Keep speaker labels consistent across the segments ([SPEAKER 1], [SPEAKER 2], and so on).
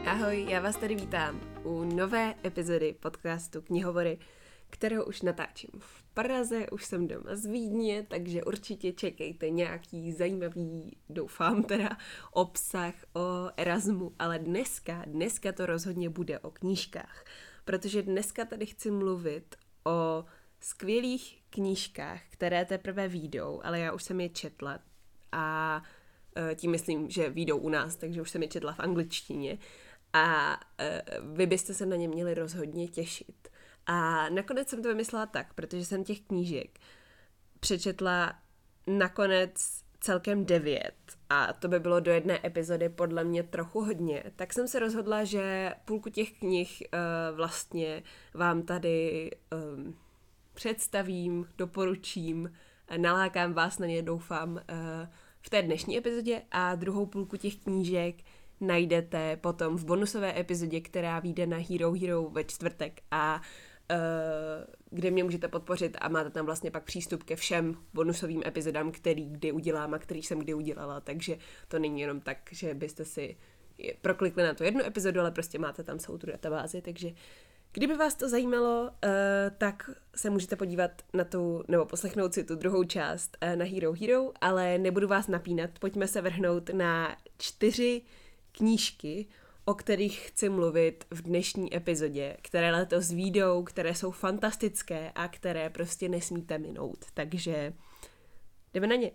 [SPEAKER 1] Ahoj, já vás tady vítám u nové epizody podcastu Knihovory, kterou už natáčím v Praze, už jsem doma z Vídně, takže určitě čekejte nějaký zajímavý, doufám teda, obsah o Erasmu, ale dneska to rozhodně bude o knížkách, protože dneska tady chci mluvit o skvělých knížkách, které teprve vyjdou, ale já už jsem je četla a tím myslím, že vyjdou u nás, takže už jsem je četla v angličtině a vy byste se na ně měli rozhodně těšit. A nakonec jsem to vymyslela tak, protože jsem těch knížek přečetla nakonec celkem 9 a to by bylo do jedné epizody podle mě trochu hodně, tak jsem se rozhodla, že půlku těch knih vlastně vám tady představím, doporučím, nalákám vás na ně, doufám, v té dnešní epizodě a druhou půlku těch knížek najdete potom v bonusové epizodě, která vyjde na Hero Hero ve čtvrtek a kde mě můžete podpořit a máte tam vlastně pak přístup ke všem bonusovým epizodám, který kdy udělám a který jsem kdy udělala, takže to není jenom tak, že byste si proklikli na tu jednu epizodu, ale prostě máte tam celou tu databázi, takže kdyby vás to zajímalo, tak se můžete podívat na tu, nebo poslechnout si tu druhou část na Hero Hero, ale nebudu vás napínat, pojďme se vrhnout na 4 knížky, o kterých chci mluvit v dnešní epizodě, které letos vyjdou, které jsou fantastické a které prostě nesmíte minout. Takže jdeme na ně.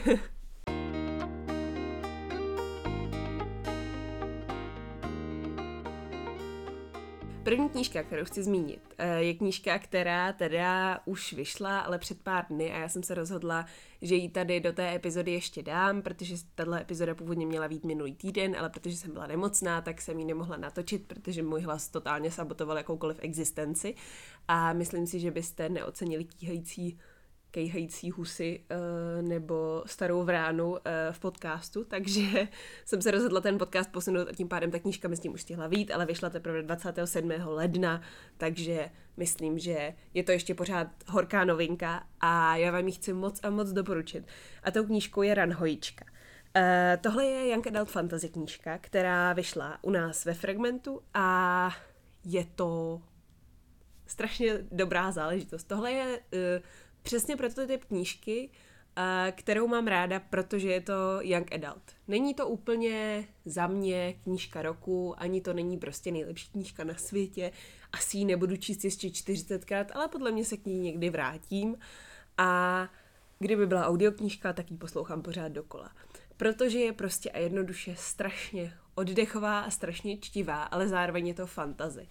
[SPEAKER 1] První knížka, kterou chci zmínit, je knížka, která teda už vyšla, ale před pár dny a já jsem se rozhodla, že ji tady do té epizody ještě dám, protože tato epizoda původně měla být minulý týden, ale protože jsem byla nemocná, tak jsem ji nemohla natočit, protože můj hlas totálně sabotoval jakoukoliv existenci a myslím si, že byste neocenili kejhající husy nebo starou vránu v podcastu, takže jsem se rozhodla ten podcast posunout a tím pádem ta knížka mi s tím už stihla vyjít, ale vyšla teprve 27. ledna, takže myslím, že je to ještě pořád horká novinka a já vám ji chci moc a moc doporučit. A tou knížkou je Ranhojička. Tohle je young adult fantasy knížka, která vyšla u nás ve Fragmentu a je to strašně dobrá záležitost. Tohle je přesně proto typ knížky, kterou mám ráda, protože je to young adult. Není to úplně za mě knížka roku, ani to není prostě nejlepší knížka na světě. Asi ji nebudu číst ještě 40krát, ale podle mě se k ní někdy vrátím. A kdyby byla audioknížka, tak ji poslouchám pořád dokola. Protože je prostě a jednoduše strašně oddechová a strašně čtivá, ale zároveň je to fantasy.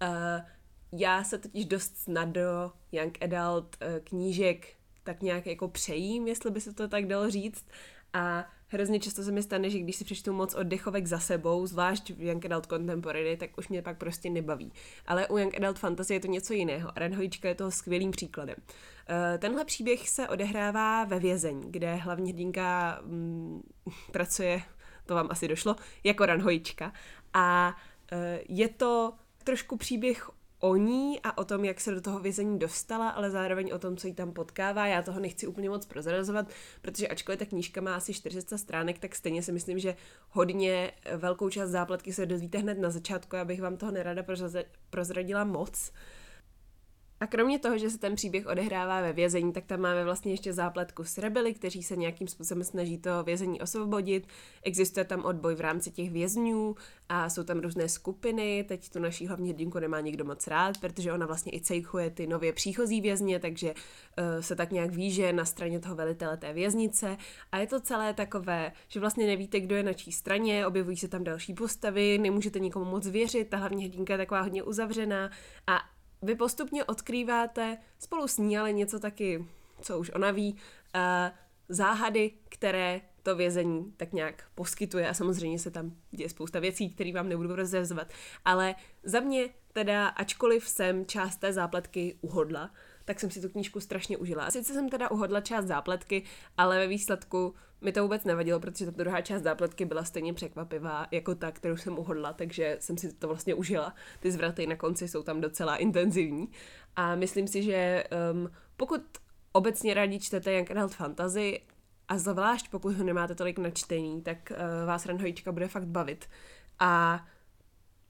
[SPEAKER 1] Já se totiž dost snadno young adult knížek tak nějak jako přejím, jestli by se to tak dalo říct. A hrozně často se mi stane, že když si přečtu moc oddechovek za sebou, zvlášť v young adult contemporary, tak už mě pak prostě nebaví. Ale u young adult fantasy je to něco jiného. A Ranhojička je toho skvělým příkladem. Tenhle příběh se odehrává ve vězení, kde hlavní hrdinka pracuje, to vám asi došlo, jako ranhojička. A je to trošku příběh o ní a o tom, jak se do toho vězení dostala, ale zároveň o tom, co jí tam potkává. Já toho nechci úplně moc prozrazovat, protože ačkoliv ta knížka má asi 400 stránek, tak stejně si myslím, že hodně velkou část zápletky se dozvíte hned na začátku, abych vám toho nerada prozradila moc. A kromě toho, že se ten příběh odehrává ve vězení, tak tam máme vlastně ještě zápletku s rebeli, kteří se nějakým způsobem snaží to vězení osvobodit. Existuje tam odboj v rámci těch vězňů a jsou tam různé skupiny. Teď tu naší hlavní hrdinku nemá nikdo moc rád, protože ona vlastně i cejchuje ty nově příchozí vězně, takže se tak nějak víže na straně toho velitele té věznice. A je to celé takové, že vlastně nevíte, kdo je na čí straně, objevují se tam další postavy, nemůžete nikomu moc věřit, ta hlavní hrdinka je taková hodně uzavřená a vy postupně odkrýváte spolu s ní, ale něco taky, co už ona ví, záhady, které to vězení tak nějak poskytuje a samozřejmě se tam děje spousta věcí, které vám nebudu rozevzvat. Ale za mě teda, ačkoliv jsem část té zápletky uhodla, tak jsem si tu knížku strašně užila. Sice jsem teda uhodla část zápletky, ale ve výsledku mi to vůbec nevadilo, protože ta druhá část zápletky byla stejně překvapivá jako ta, kterou jsem uhodla, takže jsem si to vlastně užila. Ty zvraty na konci jsou tam docela intenzivní a myslím si, že pokud obecně rádi čtete young adult fantasy a zvlášť pokud ho nemáte tolik načtený, tak vás Ranhojička bude fakt bavit. A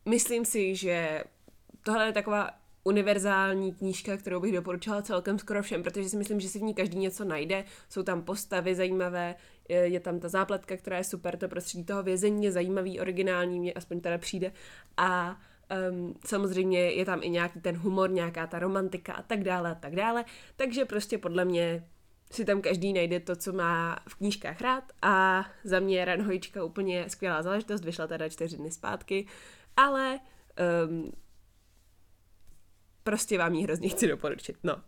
[SPEAKER 1] myslím si, že tohle je taková univerzální knížka, kterou bych doporučila celkem skoro všem, protože si myslím, že si v ní každý něco najde. Jsou tam postavy zajímavé, je tam ta zápletka, která je super, to prostředí toho vězení je zajímavý, originální, mně aspoň teda přijde. A samozřejmě je tam i nějaký ten humor, nějaká ta romantika a tak dále a tak dále. Takže prostě podle mě si tam každý najde to, co má v knížkách rád a za mě je Ranhojička úplně skvělá záležitost, vyšla teda 4 dny zpátky, ale prostě vám ji hrozně chci doporučit, no.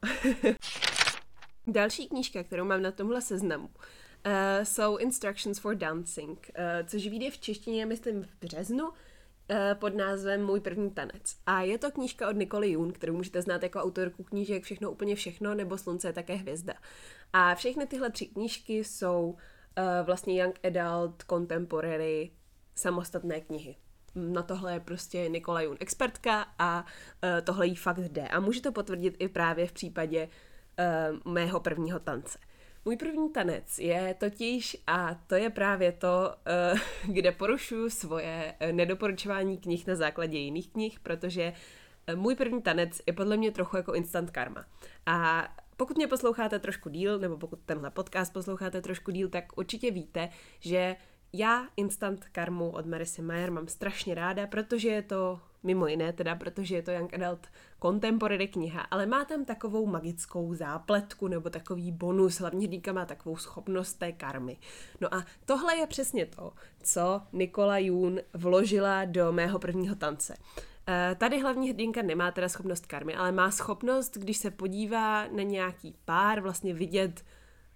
[SPEAKER 1] Další knížka, kterou mám na tomhle seznamu, jsou Instructions for Dancing, což vyjde v češtině, myslím, v březnu, pod názvem Můj první tanec. A je to knížka od Nicole Yoon, kterou můžete znát jako autorku knížek Všechno úplně všechno nebo Slunce je také hvězda. A všechny tyhle 3 knížky jsou vlastně young adult, contemporary, samostatné knihy. Na tohle je prostě Nicole Yoon expertka a tohle jí fakt jde. A můžu to potvrdit i právě v případě mého prvního tance. Můj první tanec je totiž, a to je právě to, kde porušuju svoje nedoporučování knih na základě jiných knih, protože můj první tanec je podle mě trochu jako instant karma. A pokud mě posloucháte trošku díl, nebo pokud tenhle podcast posloucháte trošku díl, tak určitě víte, že já instant karmu od Marisy Mayer mám strašně ráda, protože je to, mimo jiné teda, protože je to young adult contemporary kniha, ale má tam takovou magickou zápletku nebo takový bonus, hlavně hrdinka má takovou schopnost té karmy. No a tohle je přesně to, co Nicole Yoon vložila do mého prvního tance. Tady hlavní hrdinka nemá teda schopnost karmy, ale má schopnost, když se podívá na nějaký pár, vlastně vidět,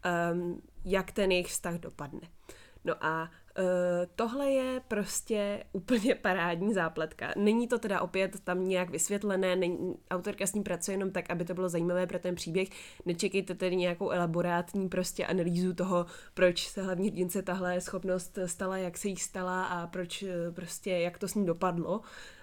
[SPEAKER 1] jak ten jejich vztah dopadne. No a tohle je prostě úplně parádní zápletka. Není to teda opět tam nějak vysvětlené, autorka s ním pracuje jenom tak, aby to bylo zajímavé pro ten příběh. Nečekejte tedy nějakou elaborátní prostě analýzu toho, proč se hlavní hrdince tahle schopnost stala, jak se jí stala a proč prostě, jak to s ní dopadlo.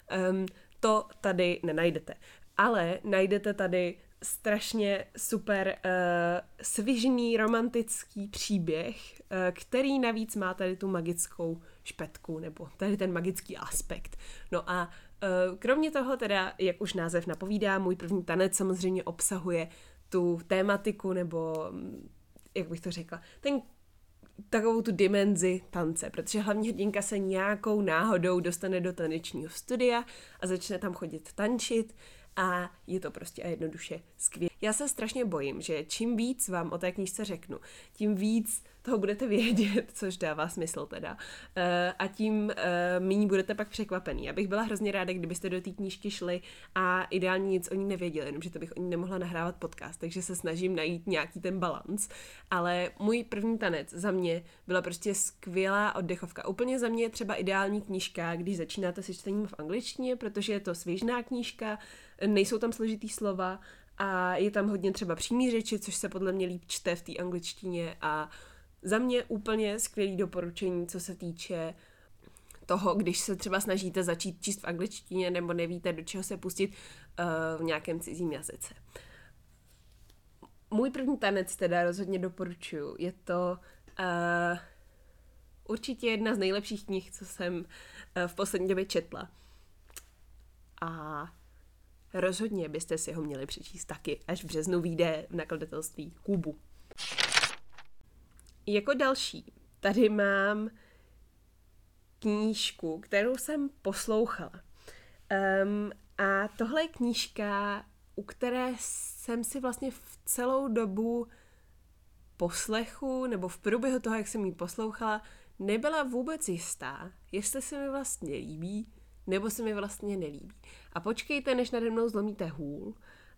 [SPEAKER 1] To tady nenajdete. Ale najdete tady strašně super svižný romantický příběh, který navíc má tady tu magickou špetku, nebo tady ten magický aspekt. No a kromě toho teda, jak už název napovídá, můj první tanec samozřejmě obsahuje tu tématiku, nebo jak bych to řekla, takovou tu dimenzi tance, protože hlavní hrdinka se nějakou náhodou dostane do tanečního studia a začne tam chodit tančit a je to prostě a jednoduše skvělé. Já se strašně bojím, že čím víc vám o té knížce řeknu, tím víc toho budete vědět, což dává smysl teda, a tím méně budete pak překvapený. Já bych byla hrozně ráda, kdybyste do té knížky šli a ideálně nic o ní nevěděli, jenomže to bych o ní nemohla nahrávat podcast, takže se snažím najít nějaký ten balans. Ale můj první tanec za mě byla prostě skvělá oddechovka. Úplně za mě je třeba ideální knížka, když začínáte se čtením v angličtině, protože je to svěžná knížka, nejsou tam složitý slova a je tam hodně třeba přímý řeči, což se podle mě líp čte v té angličtině a za mě úplně skvělý doporučení, co se týče toho, když se třeba snažíte začít číst v angličtině nebo nevíte, do čeho se pustit v nějakém cizím jazyce. Můj první tanec teda rozhodně doporučuju. Je to určitě jedna z nejlepších knih, co jsem v poslední době četla. A rozhodně byste si ho měli přečíst taky, až v březnu vyjde v nakladatelství Kubu. Jako další, tady mám knížku, kterou jsem poslouchala. A tohle je knížka, u které jsem si vlastně v celou dobu poslechu, nebo v průběhu toho, jak jsem ji poslouchala, nebyla vůbec jistá, jestli se mi vlastně líbí, nebo se mi vlastně nelíbí. A počkejte, než nade mnou zlomíte hůl.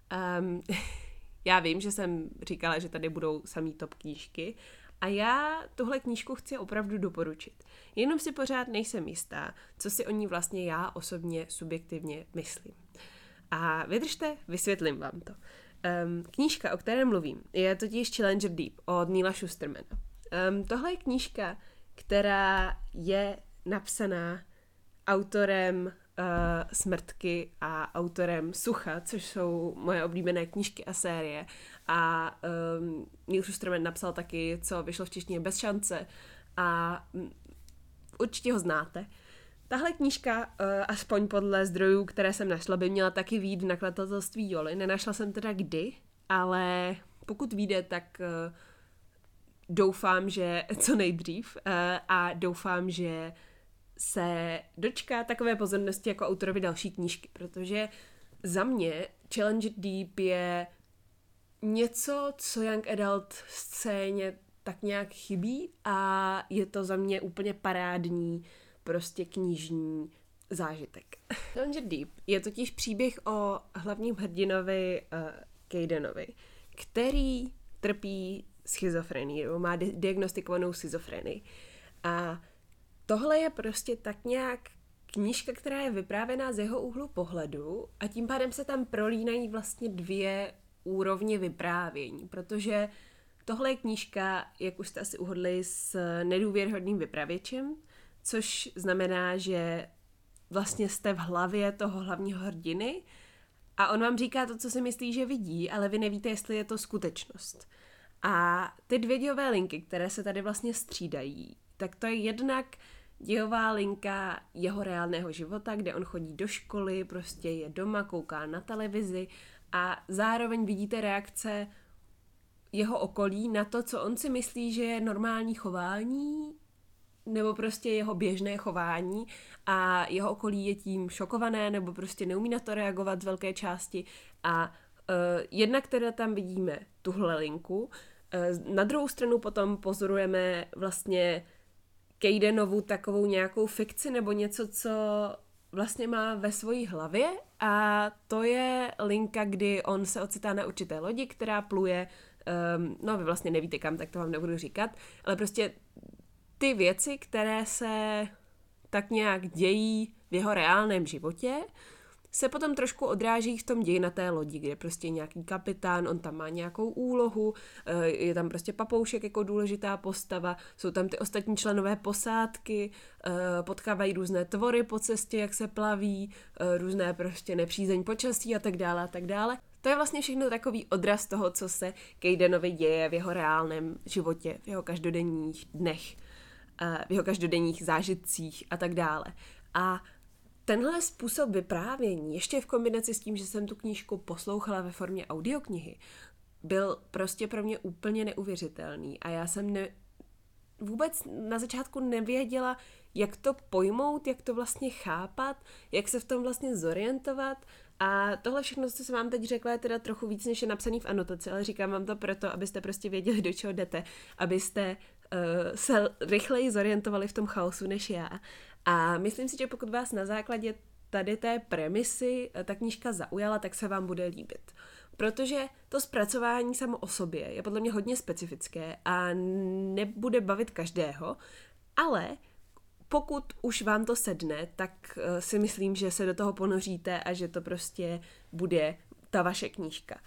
[SPEAKER 1] Já vím, že jsem říkala, že tady budou samý top knížky, a já tuhle knížku chci opravdu doporučit. Jenom si pořád nejsem jistá, co si o ní vlastně já osobně subjektivně myslím. A vydržte, vysvětlím vám to. Knížka, o které mluvím, je totiž Challenger Deep od Neila Shustermana. Tohle je knížka, která je napsaná autorem Smrtky a autorem Sucha, což jsou moje oblíbené knížky a série. A Neil Shusterman napsal taky, co vyšlo v češtině Bez šance a určitě ho znáte. Tahle knížka, aspoň podle zdrojů, které jsem našla, by měla taky vyjít v nakladatelství Jolly. Nenašla jsem teda kdy, ale pokud vyjde, tak doufám, že co nejdřív a doufám, že se dočká takové pozornosti jako autorovi další knížky, protože za mě Challenge Deep je něco, co young adult scéně tak nějak chybí a je to za mě úplně parádní prostě knižní zážitek. Challenge Deep je totiž příběh o hlavním hrdinovi Caidenovi, který trpí schizofrenii, nebo má diagnostikovanou schizofrenii. A tohle je prostě tak nějak knížka, která je vyprávěná z jeho úhlu pohledu a tím pádem se tam prolínají vlastně dvě úrovně vyprávění, protože tohle je knížka, jak už jste asi uhodli, s nedůvěryhodným vypravěčem, což znamená, že vlastně jste v hlavě toho hlavního hrdiny a on vám říká to, co si myslí, že vidí, ale vy nevíte, jestli je to skutečnost. A ty dvě dějové linky, které se tady vlastně střídají, tak to je jednak dějová linka jeho reálného života, kde on chodí do školy, prostě je doma, kouká na televizi a zároveň vidíte reakce jeho okolí na to, co on si myslí, že je normální chování nebo prostě jeho běžné chování a jeho okolí je tím šokované nebo prostě neumí na to reagovat z velké části a jednak teda tam vidíme tuhle linku, na druhou stranu potom pozorujeme vlastně Caidenovu takovou nějakou fikci nebo něco, co vlastně má ve své hlavě a to je linka, kdy on se ocitá na určité lodi, která pluje, no vy vlastně nevíte kam, tak to vám nebudu říkat, ale prostě ty věci, které se tak nějak dějí v jeho reálném životě, se potom trošku odráží v tom ději na té lodi, kde prostě nějaký kapitán, on tam má nějakou úlohu, je tam prostě papoušek jako důležitá postava, jsou tam ty ostatní členové posádky, potkávají různé tvory po cestě, jak se plaví, různé prostě nepřízeň počasí a tak dále a tak dále. To je vlastně všechno takový odraz toho, co se Caidenovi děje v jeho reálném životě, v jeho každodenních dnech, v jeho každodenních zážitcích a tak dále. A tenhle způsob vyprávění, ještě v kombinaci s tím, že jsem tu knížku poslouchala ve formě audioknihy, byl prostě pro mě úplně neuvěřitelný a já jsem vůbec na začátku nevěděla, jak to pojmout, jak to vlastně chápat, jak se v tom vlastně zorientovat a tohle všechno, co jsem vám teď řekla, je teda trochu víc, než je napsaný v anotaci, ale říkám vám to proto, abyste prostě věděli, do čeho jdete, abyste se rychleji zorientovali v tom chaosu než já. A myslím si, že pokud vás na základě tady té premisy ta knížka zaujala, tak se vám bude líbit. Protože to zpracování samo o sobě je podle mě hodně specifické a nebude bavit každého, ale pokud už vám to sedne, tak si myslím, že se do toho ponoříte a že to prostě bude ta vaše knížka.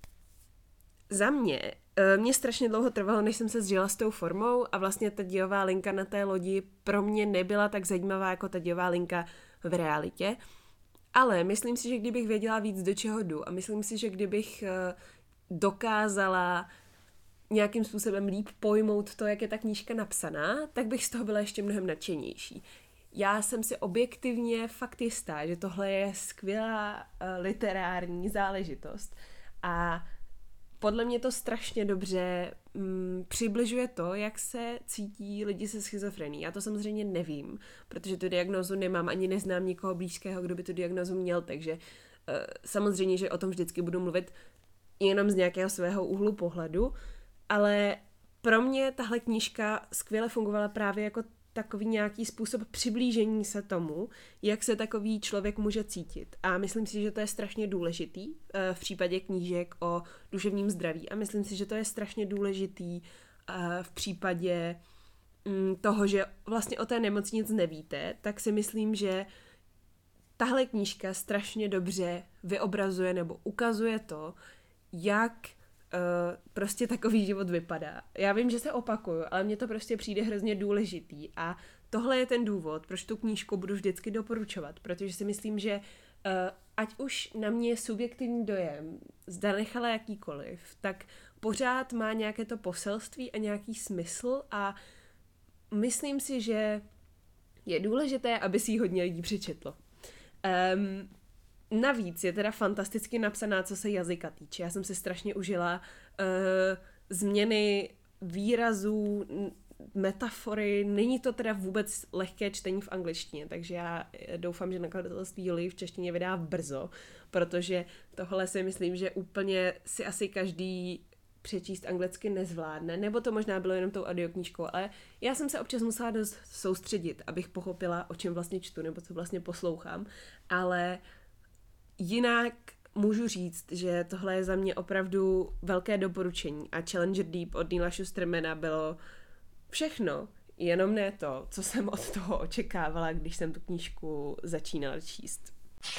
[SPEAKER 1] Za mě strašně dlouho trvalo, než jsem se zžila s tou formou a vlastně ta dějová linka na té lodi pro mě nebyla tak zajímavá jako ta dějová linka v realitě, ale myslím si, že kdybych věděla víc, do čeho jdu a myslím si, že kdybych dokázala nějakým způsobem líp pojmout to, jak je ta knížka napsaná, tak bych z toho byla ještě mnohem nadšenější. Já jsem si objektivně fakt jistá, že tohle je skvělá literární záležitost a podle mě to strašně dobře přibližuje to, jak se cítí lidi se schizofrenií. Já to samozřejmě nevím, protože tu diagnózu nemám, ani neznám nikoho blízkého, kdo by tu diagnózu měl, takže samozřejmě, že o tom vždycky budu mluvit jenom z nějakého svého úhlu pohledu, ale pro mě tahle knížka skvěle fungovala právě jako takový nějaký způsob přiblížení se tomu, jak se takový člověk může cítit. A myslím si, že to je strašně důležitý v případě knížek o duševním zdraví. A myslím si, že to je strašně důležitý v případě toho, že vlastně o té nemoci nic nevíte, tak si myslím, že tahle knížka strašně dobře vyobrazuje nebo ukazuje to, jak prostě takový život vypadá. Já vím, že se opakuju, ale mně to prostě přijde hrozně důležitý a tohle je ten důvod, proč tu knížku budu vždycky doporučovat, protože si myslím, že ať už na mě je subjektivní dojem, zda nechala jakýkoliv, tak pořád má nějaké to poselství a nějaký smysl a myslím si, že je důležité, aby si ji hodně lidí přečetlo. Navíc je teda fantasticky napsaná, co se jazyka týče. Já jsem si strašně užila změny výrazů, metafory. Není to teda vůbec lehké čtení v angličtině, takže já doufám, že nakladatelství Julie v češtině vydá brzo, protože tohle si myslím, že úplně si asi každý přečíst anglicky nezvládne, nebo to možná bylo jenom tou audioknížkou, ale já jsem se občas musela dost soustředit, abych pochopila, o čem vlastně čtu, nebo co vlastně poslouchám, ale jinak můžu říct, že tohle je za mě opravdu velké doporučení a Challenger Deep od Neila Shustermana bylo všechno, jenom ne to, co jsem od toho očekávala, když jsem tu knížku začínala číst.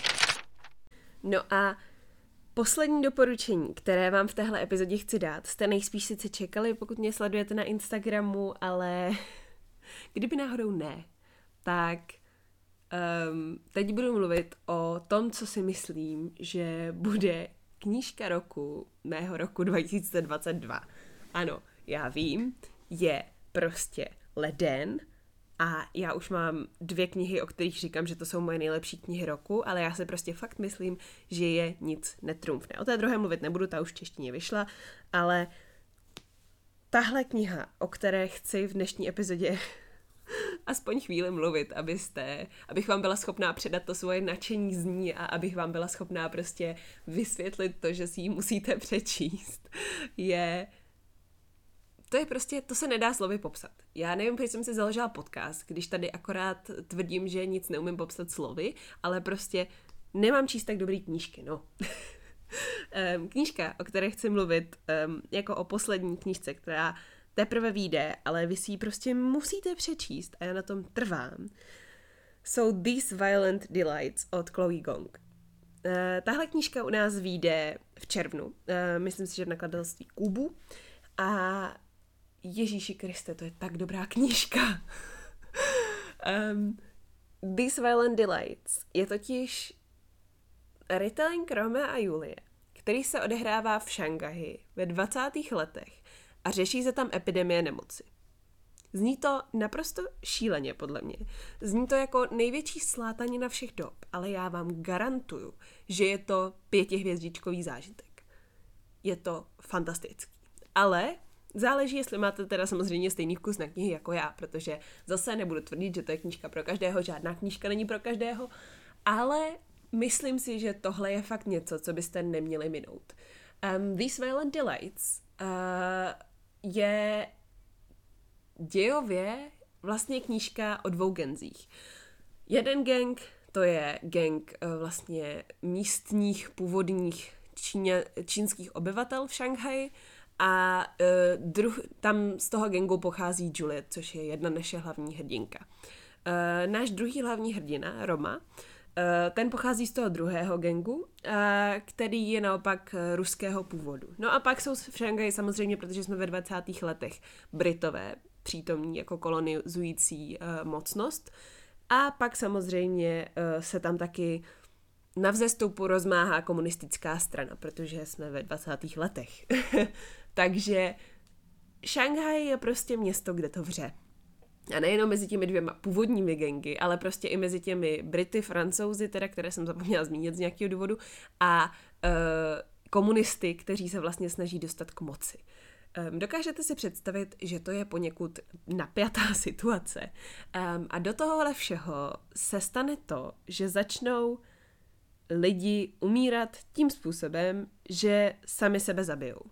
[SPEAKER 1] No a poslední doporučení, které vám v téhle epizodě chci dát, jste nejspíš sice čekali, pokud mě sledujete na Instagramu, ale kdyby náhodou ne, tak teď budu mluvit o tom, co si myslím, že bude knížka roku, mého roku 2022. Ano, já vím, je prostě leden a já už mám 2 knihy, o kterých říkám, že to jsou moje nejlepší knihy roku, ale já si prostě fakt myslím, že je nic netrumfne. O té druhé mluvit nebudu, ta už v češtině vyšla, ale tahle kniha, o které chci v dnešní epizodě aspoň chvíli mluvit, abych vám byla schopná předat to svoje nadšení z ní a abych vám byla schopná prostě vysvětlit to, že si ji musíte přečíst, to se nedá slovy popsat. Já nevím, proč jsem si založila podcast, když tady akorát tvrdím, že nic neumím popsat slovy, ale prostě nemám číst tak dobrý knížky, no. Knížka, o které chci mluvit, jako o poslední knížce, která teprve vyjde, ale vy si ji prostě musíte přečíst a já na tom trvám, jsou These Violent Delights od Chloe Gong. Tahle knížka u nás vyjde v červnu, myslím si, že v nakladatelství Kubu a Ježíši Kriste, to je tak dobrá knížka. These Violent Delights je totiž retelling Romea a Julie, který se odehrává v Šanghaji ve 20. letech a řeší se tam epidemie nemoci. Zní to naprosto šíleně, podle mě. Zní to jako největší slátanina všech dob, ale já vám garantuju, že je to 5hvězdičkový zážitek. Je to fantastický. Ale záleží, jestli máte teda samozřejmě stejný vkus na knihy jako já, protože zase nebudu tvrdit, že to je knížka pro každého, žádná knížka není pro každého, ale myslím si, že tohle je fakt něco, co byste neměli minout. These Violent Delights je dějově vlastně knížka o 2 genzích. Jeden gang, to je gang vlastně místních původních čínských obyvatel v Šanghaji a tam z toho gangu pochází Juliet, což je jedna naše hlavní hrdinka. Náš druhý hlavní hrdina, Roma, ten pochází z toho druhého gangu, který je naopak ruského původu. No a pak jsou v Šanghaji samozřejmě, protože jsme ve 20. letech, Britové přítomní jako kolonizující mocnost. A pak samozřejmě se tam taky na vzestupu rozmáhá komunistická strana, protože jsme ve 20. letech. Takže Šanghaj je prostě město, kde to vře. A nejenom mezi těmi 2 původními gangy, ale prostě i mezi těmi Brity, Francouzi, teda, které jsem zapomněla zmínit z nějakého důvodu, a komunisty, kteří se vlastně snaží dostat k moci. Dokážete si představit, že to je poněkud napjatá situace. A do tohohle všeho se stane to, že začnou lidi umírat tím způsobem, že sami sebe zabijou.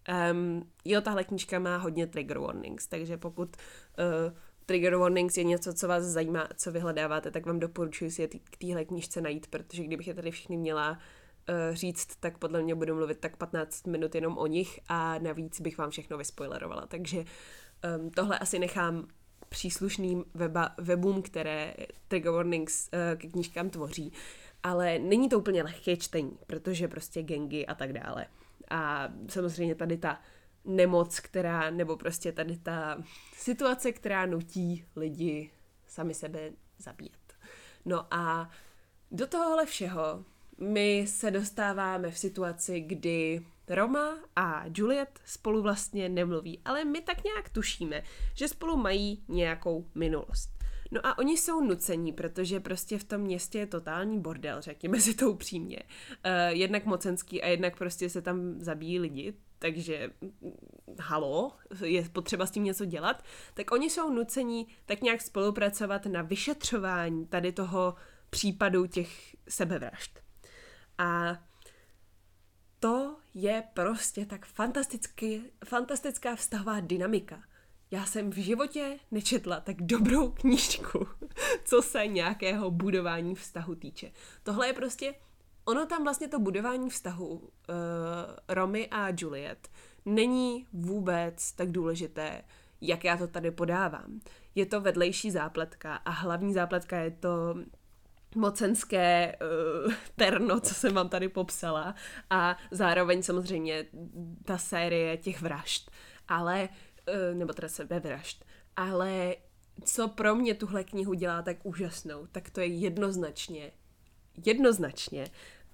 [SPEAKER 1] Tahle knížka má hodně trigger warnings, takže pokud trigger warnings je něco, co vás zajímá, co vyhledáváte, tak vám doporučuji si je k téhle knížce najít, protože kdybych je tady všechny měla říct, tak podle mě budu mluvit tak 15 minut jenom o nich a navíc bych vám všechno vyspoilerovala. Takže tohle asi nechám příslušným webům, které trigger warnings ke knížkám tvoří. Ale není to úplně lehké čtení, protože prostě gangy a tak dále. A samozřejmě tady ta nemoc, nebo prostě tady ta situace, která nutí lidi sami sebe zabíjet. No a do tohohle všeho my se dostáváme v situaci, kdy Roma a Juliet spolu vlastně nemluví, ale my tak nějak tušíme, že spolu mají nějakou minulost. No a oni jsou nucení, protože prostě v tom městě je totální bordel, řekněme si to upřímně. Jednak mocenský a jednak prostě se tam zabíjí lidi, takže halo, je potřeba s tím něco dělat. Tak oni jsou nucení tak nějak spolupracovat na vyšetřování tady toho případu těch sebevražd. A to je prostě tak fantastická vztahová dynamika. Já jsem v životě nečetla tak dobrou knížku, co se nějakého budování vztahu týče. Tohle je prostě, ono tam vlastně to budování vztahu Romy a Juliet není vůbec tak důležité, jak já to tady podávám. Je to vedlejší zápletka a hlavní zápletka je to mocenské terno, co jsem vám tady popsala, a zároveň samozřejmě ta série těch vražd, ale nebo teda sebevražd. Ale co pro mě tuhle knihu dělá tak úžasnou, tak to je jednoznačně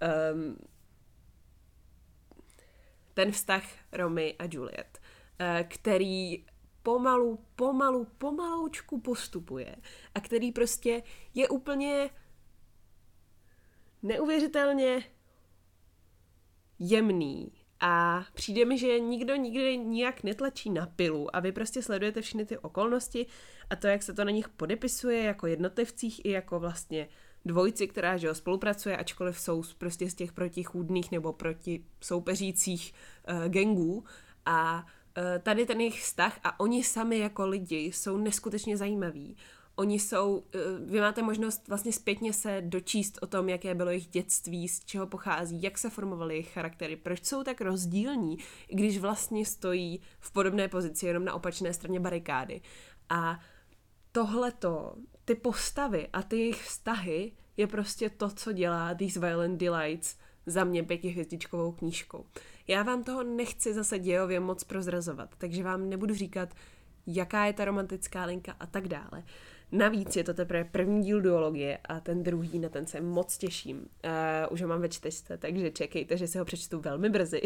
[SPEAKER 1] ten vztah Romy a Juliet, který pomaloučku postupuje a který prostě je úplně neuvěřitelně jemný. A přijde mi, že nikdo nikdy nijak netlačí na pilu a vy prostě sledujete všechny ty okolnosti a to, jak se to na nich podepisuje jako jednotlivcích i jako vlastně dvojici, která že spolupracuje, ačkoliv jsou prostě z těch protichůdných nebo proti soupeřících gangů. A tady ten jejich vztah a oni sami jako lidi jsou neskutečně zajímaví. Oni jsou, vy máte možnost vlastně zpětně se dočíst o tom, jaké bylo jejich dětství, z čeho pochází, jak se formovaly jejich charaktery, proč jsou tak rozdílní, když vlastně stojí v podobné pozici, jenom na opačné straně barikády. A tohleto, ty postavy a ty jejich vztahy je prostě to, co dělá These Violent Delights za mě 5hvězdičkovou knížkou. Já vám toho nechci zase dějově moc prozrazovat, takže vám nebudu říkat, jaká je ta romantická linka a tak dále. Navíc je to teprve první díl duologie a ten druhý, na ten se moc těším. Už ho mám ve čtečce, takže čekejte, že si ho přečtu velmi brzy.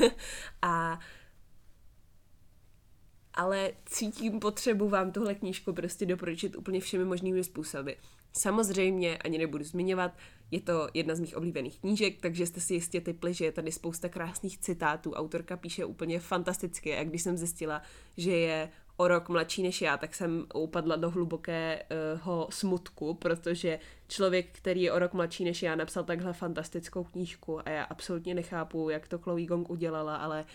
[SPEAKER 1] Ale cítím potřebu vám tuhle knížku prostě doporučit úplně všemi možnými způsoby. Samozřejmě, ani nebudu zmiňovat, je to jedna z mých oblíbených knížek, takže jste si jistě tipli, že je tady spousta krásných citátů. Autorka píše úplně fantasticky a když jsem zjistila, že je o rok mladší než já, tak jsem upadla do hlubokého smutku, protože člověk, který je o rok mladší než já, napsal takhle fantastickou knížku a já absolutně nechápu, jak to Chloe Gong udělala, ale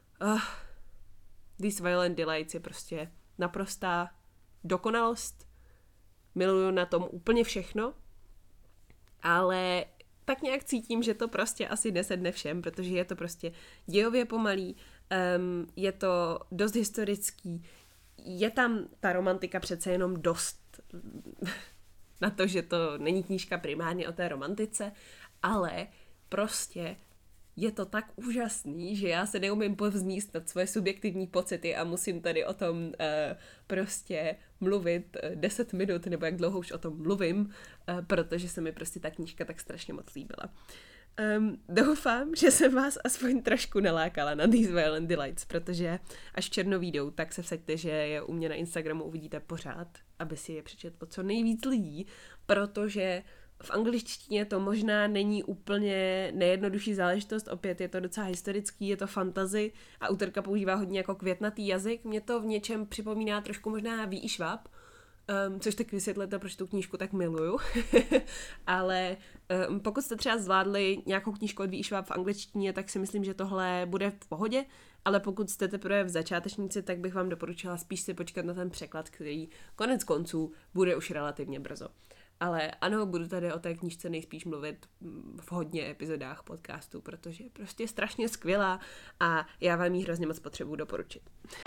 [SPEAKER 1] These Violent Delights je prostě naprostá dokonalost. Miluju na tom úplně všechno, ale tak nějak cítím, že to prostě asi nesedne všem, protože je to prostě dějově pomalý, je to dost historický, je tam ta romantika přece jenom dost na to, že to není knížka primárně o té romantice, ale prostě je to tak úžasný, že já se neumím povzníst nad svoje subjektivní pocity a musím tady o tom prostě mluvit 10 minut, nebo jak dlouho už o tom mluvím, protože se mi prostě ta knížka tak strašně moc líbila. Doufám, že jsem vás aspoň trošku nalákala na These Violent Delights, protože až v červnu vyjdou, tak se vsaďte, že je u mě na Instagramu uvidíte pořád, aby si je přečetlo co nejvíc lidí, protože v angličtině to možná není úplně nejjednodušší záležitost, opět je to docela historický, je to fantasy a autorka používá hodně jako květnatý jazyk, mě to v něčem připomíná trošku možná V.E. Schwab, což tak vysvětlete, proč tu knížku tak miluju, ale pokud jste třeba zvládli nějakou knížku od V.E. Schwab v angličtině, tak si myslím, že tohle bude v pohodě, ale pokud jste teprve v začátečníci, tak bych vám doporučila spíš si počkat na ten překlad, který konec konců bude už relativně brzo. Ale ano, budu tady o té knížce nejspíš mluvit v hodně epizodách podcastu, protože je prostě strašně skvělá a já vám ji hrozně moc potřebuji doporučit.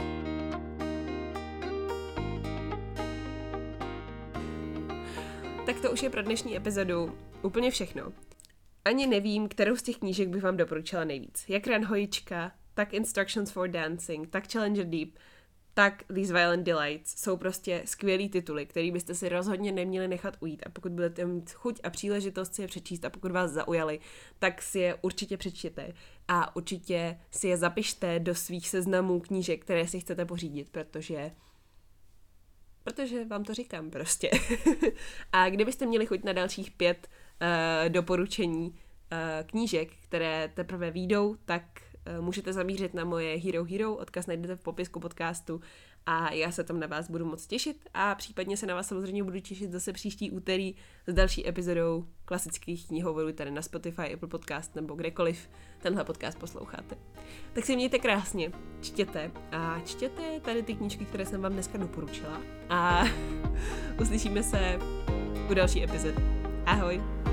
[SPEAKER 1] Tak to už je pro dnešní epizodu úplně všechno. Ani nevím, kterou z těch knížek bych vám doporučila nejvíc. Jak Ran Hojička, tak Instructions for Dancing, tak Challenger Deep, tak These Violent Delights jsou prostě skvělý tituly, který byste si rozhodně neměli nechat ujít. A pokud budete mít chuť a příležitost si je přečíst a pokud vás zaujali, tak si je určitě přečtěte a určitě si je zapište do svých seznamů knížek, které si chcete pořídit, protože protože vám to říkám prostě. A kdybyste měli chuť na dalších 5 doporučení knížek, které teprve vyjdou, tak můžete zamířit na moje Hero Hero, odkaz najdete v popisku podcastu a já se tam na vás budu moc těšit a případně se na vás samozřejmě budu těšit zase příští úterý s další epizodou klasických knihovorů tady na Spotify, Apple Podcast nebo kdekoliv tenhle podcast posloucháte. Tak si mějte krásně, čtěte a čtěte tady ty knížky, které jsem vám dneska doporučila a uslyšíme se u další epizody. Ahoj!